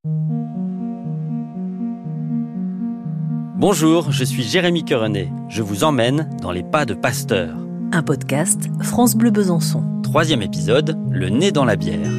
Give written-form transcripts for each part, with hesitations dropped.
Bonjour, je suis Jérémy Querenet. Je vous emmène dans les pas de Pasteur. Un podcast France Bleu Besançon. 3e épisode, le nez dans la bière.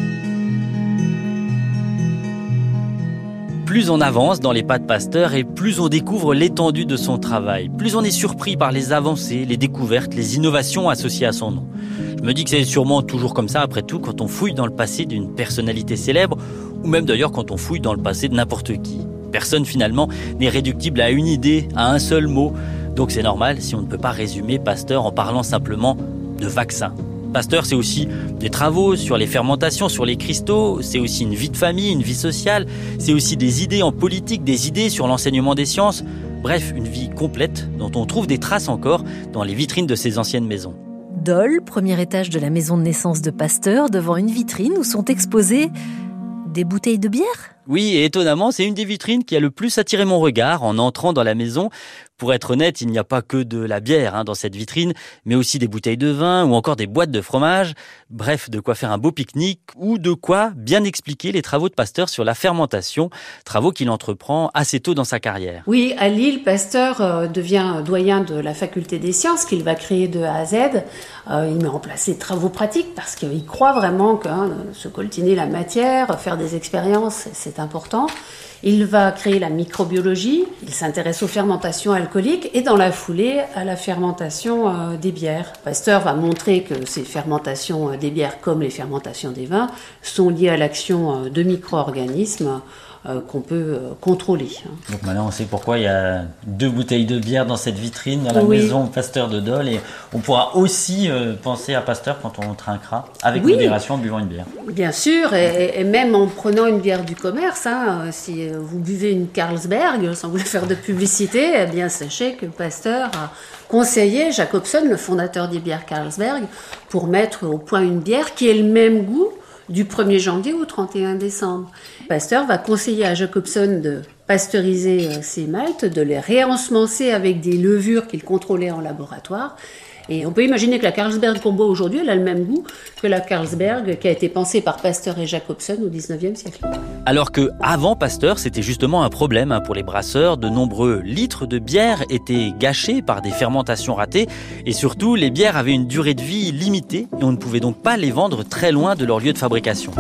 Plus on avance dans les pas de Pasteur et plus on découvre l'étendue de son travail. Plus on est surpris par les avancées, les découvertes, les innovations associées à son nom. Je me dis que c'est sûrement toujours comme ça après tout quand on fouille dans le passé d'une personnalité célèbre ou même d'ailleurs quand on fouille dans le passé de n'importe qui. Personne finalement n'est réductible à une idée, à un seul mot. Donc c'est normal si on ne peut pas résumer Pasteur en parlant simplement de vaccin. Pasteur, c'est aussi des travaux sur les fermentations, sur les cristaux, c'est aussi une vie de famille, une vie sociale, c'est aussi des idées en politique, des idées sur l'enseignement des sciences. Bref, une vie complète dont on trouve des traces encore dans les vitrines de ces anciennes maisons. Dole, premier étage de la maison de naissance de Pasteur, devant une vitrine où sont exposées des bouteilles de bière ? Oui, et étonnamment, c'est une des vitrines qui a le plus attiré mon regard en entrant dans la maison. Pour être honnête, il n'y a pas que de la bière dans cette vitrine, mais aussi des bouteilles de vin ou encore des boîtes de fromage. Bref, de quoi faire un beau pique-nique ou de quoi bien expliquer les travaux de Pasteur sur la fermentation, travaux qu'il entreprend assez tôt dans sa carrière. Oui, à Lille, Pasteur devient doyen de la faculté des sciences qu'il va créer de A à Z. Il met en place des travaux pratiques parce qu'il croit vraiment que se coltiner la matière, faire des expériences, c'est important. Il va créer la microbiologie, il s'intéresse aux fermentations alcooliques et dans la foulée à la fermentation des bières. Pasteur va montrer que ces fermentations des bières comme les fermentations des vins sont liées à l'action de micro-organismes qu'on peut contrôler. Donc maintenant on sait pourquoi il y a 2 bouteilles de bière dans cette vitrine dans la maison Pasteur de Dole et on pourra aussi penser à Pasteur quand on trinquera avec modération en buvant une bière. Bien sûr, et même en prenant une bière du commerce, si vous buvez une Carlsberg sans vouloir faire de publicité, eh bien sachez que Pasteur a conseillé Jacobson, le fondateur des bières Carlsberg, pour mettre au point une bière qui ait le même goût du 1er janvier au 31 décembre. Pasteur va conseiller à Jacobson de pasteuriser ces maltes, de les réensemencer avec des levures qu'il contrôlait en laboratoire. Et on peut imaginer que la Carlsberg qu'on boit aujourd'hui, elle a le même goût que la Carlsberg qui a été pensée par Pasteur et Jacobson au 19e siècle. Alors que avant Pasteur, c'était justement un problème pour les brasseurs. De nombreux litres de bière étaient gâchés par des fermentations ratées. Et surtout, les bières avaient une durée de vie limitée et on ne pouvait donc pas les vendre très loin de leur lieu de fabrication.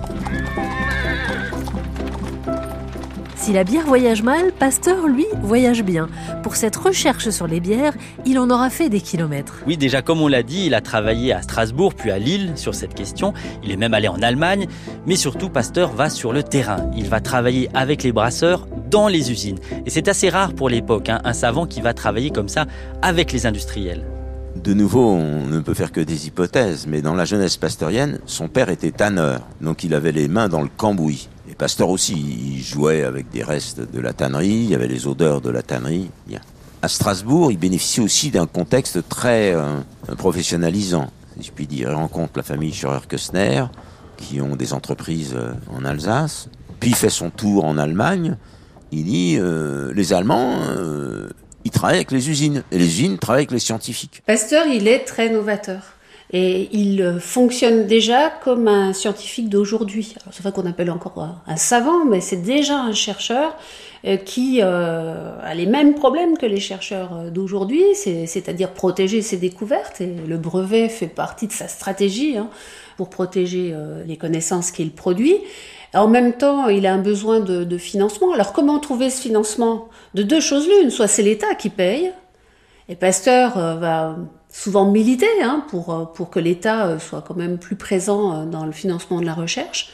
Si la bière voyage mal, Pasteur, lui, voyage bien. Pour cette recherche sur les bières, il en aura fait des kilomètres. Oui, déjà, comme on l'a dit, il a travaillé à Strasbourg puis à Lille sur cette question. Il est même allé en Allemagne. Mais surtout, Pasteur va sur le terrain. Il va travailler avec les brasseurs dans les usines. Et c'est assez rare pour l'époque, un savant qui va travailler comme ça avec les industriels. De nouveau, on ne peut faire que des hypothèses, mais dans la jeunesse pasteurienne, son père était tanneur, donc il avait les mains dans le cambouis. Et Pasteur aussi, il jouait avec des restes de la tannerie, il y avait les odeurs de la tannerie. Bien. À Strasbourg, il bénéficie aussi d'un contexte très professionnalisant, si je puis dire. Il rencontre la famille Scheurer-Kestner, qui ont des entreprises en Alsace. Puis il fait son tour en Allemagne. Il dit, les Allemands... il travaille avec les usines, et les usines travaillent avec les scientifiques. Pasteur, il est très novateur. Et il fonctionne déjà comme un scientifique d'aujourd'hui. Alors, c'est vrai qu'on appelle encore un savant, mais c'est déjà un chercheur qui a les mêmes problèmes que les chercheurs d'aujourd'hui, c'est-à-dire protéger ses découvertes. Et le brevet fait partie de sa stratégie pour protéger les connaissances qu'il produit. En même temps, il a un besoin de financement. Alors comment trouver ce financement ? De 2 choses l'une, soit c'est l'État qui paye, et Pasteur va souvent militer pour que l'État soit quand même plus présent dans le financement de la recherche,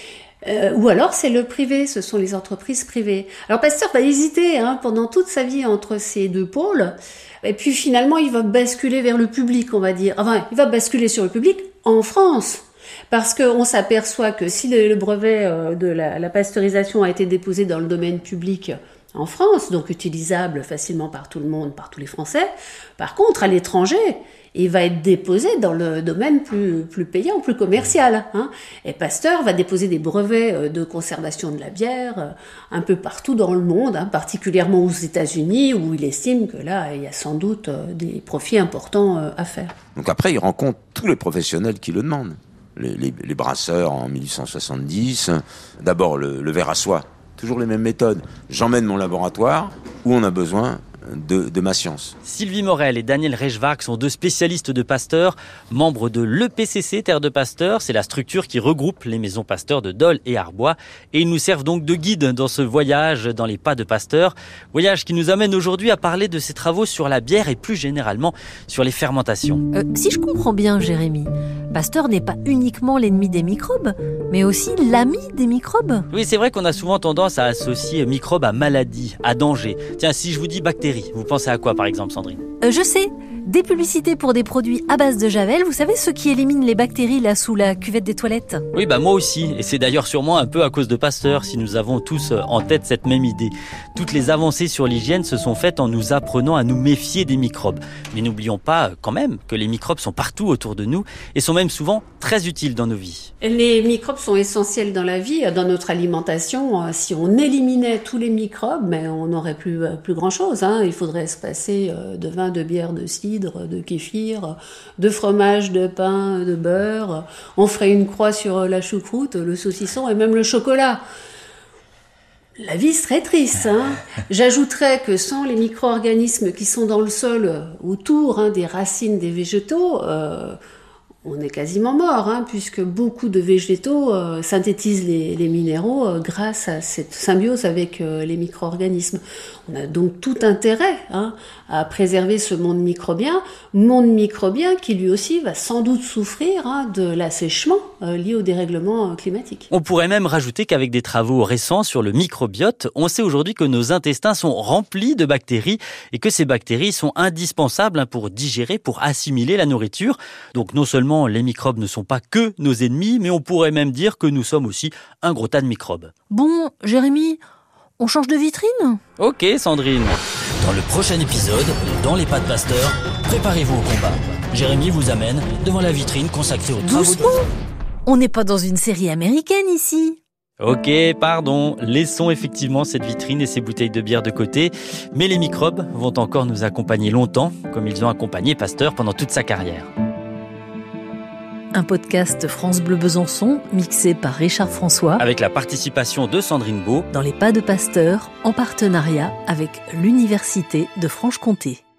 ou alors c'est le privé, ce sont les entreprises privées. Alors Pasteur va hésiter pendant toute sa vie entre ces 2 pôles, et puis finalement il va basculer vers le public, on va dire. Enfin, il va basculer sur le public en France. Parce qu'on s'aperçoit que si le brevet de la pasteurisation a été déposé dans le domaine public en France, donc utilisable facilement par tout le monde, par tous les Français, par contre, à l'étranger, il va être déposé dans le domaine plus payant, plus commercial. Et Pasteur va déposer des brevets de conservation de la bière un peu partout dans le monde, particulièrement aux États-Unis, où il estime que là, il y a sans doute des profits importants à faire. Donc après, il rencontre tous les professionnels qui le demandent. les brasseurs en 1870. D'abord le verre à soie, toujours les mêmes méthodes. J'emmène mon laboratoire où on a besoin de ma science. Sylvie Morel et Daniel Reichwag sont 2 spécialistes de Pasteur, membres de l'EPCC Terre de Pasteur. C'est la structure qui regroupe les maisons Pasteur de Dole et Arbois. Et ils nous servent donc de guide dans ce voyage dans les pas de Pasteur. Voyage qui nous amène aujourd'hui à parler de ses travaux sur la bière et plus généralement sur les fermentations. Si je comprends bien, Jérémy, Pasteur n'est pas uniquement l'ennemi des microbes, mais aussi l'ami des microbes. Oui, c'est vrai qu'on a souvent tendance à associer microbes à maladie, à danger. Tiens, si je vous dis bactéries, vous pensez à quoi par exemple, Sandrine ? Je sais, des publicités pour des produits à base de javel, vous savez, ceux qui éliminent les bactéries là sous la cuvette des toilettes. Oui, moi aussi, et c'est d'ailleurs sûrement un peu à cause de Pasteur si nous avons tous en tête cette même idée. Toutes les avancées sur l'hygiène se sont faites en nous apprenant à nous méfier des microbes. Mais n'oublions pas quand même que les microbes sont partout autour de nous et sont même souvent très utiles dans nos vies. Les microbes sont essentiels dans la vie, dans notre alimentation. Si on éliminait tous les microbes, on n'aurait plus grand-chose. Il faudrait se passer de vin, de bière, de cidre, de kéfir, de fromage, de pain, de beurre. On ferait une croix sur la choucroute, le saucisson et même le chocolat. La vie serait triste. J'ajouterais que sans les micro-organismes qui sont dans le sol autour des racines des végétaux, on est quasiment mort, puisque beaucoup de végétaux synthétisent les minéraux grâce à cette symbiose avec les micro-organismes. On a donc tout intérêt à préserver ce monde microbien qui lui aussi va sans doute souffrir de l'assèchement lié au dérèglement climatique. On pourrait même rajouter qu'avec des travaux récents sur le microbiote, on sait aujourd'hui que nos intestins sont remplis de bactéries et que ces bactéries sont indispensables pour digérer, pour assimiler la nourriture. Donc non seulement les microbes ne sont pas que nos ennemis, mais on pourrait même dire que nous sommes aussi un gros tas de microbes. Bon, Jérémy, on change de vitrine ? Ok, Sandrine. Dans le prochain épisode, Dans les pas de Pasteur, préparez-vous au combat. Jérémy vous amène devant la vitrine consacrée aux travaux... Doucement ! On n'est pas dans une série américaine ici. Ok, pardon, laissons effectivement cette vitrine et ces bouteilles de bière de côté, mais les microbes vont encore nous accompagner longtemps, comme ils ont accompagné Pasteur pendant toute sa carrière. Un podcast France Bleu Besançon, mixé par Richard François, avec la participation de Sandrine Beau, dans les pas de Pasteur, en partenariat avec l'Université de Franche-Comté.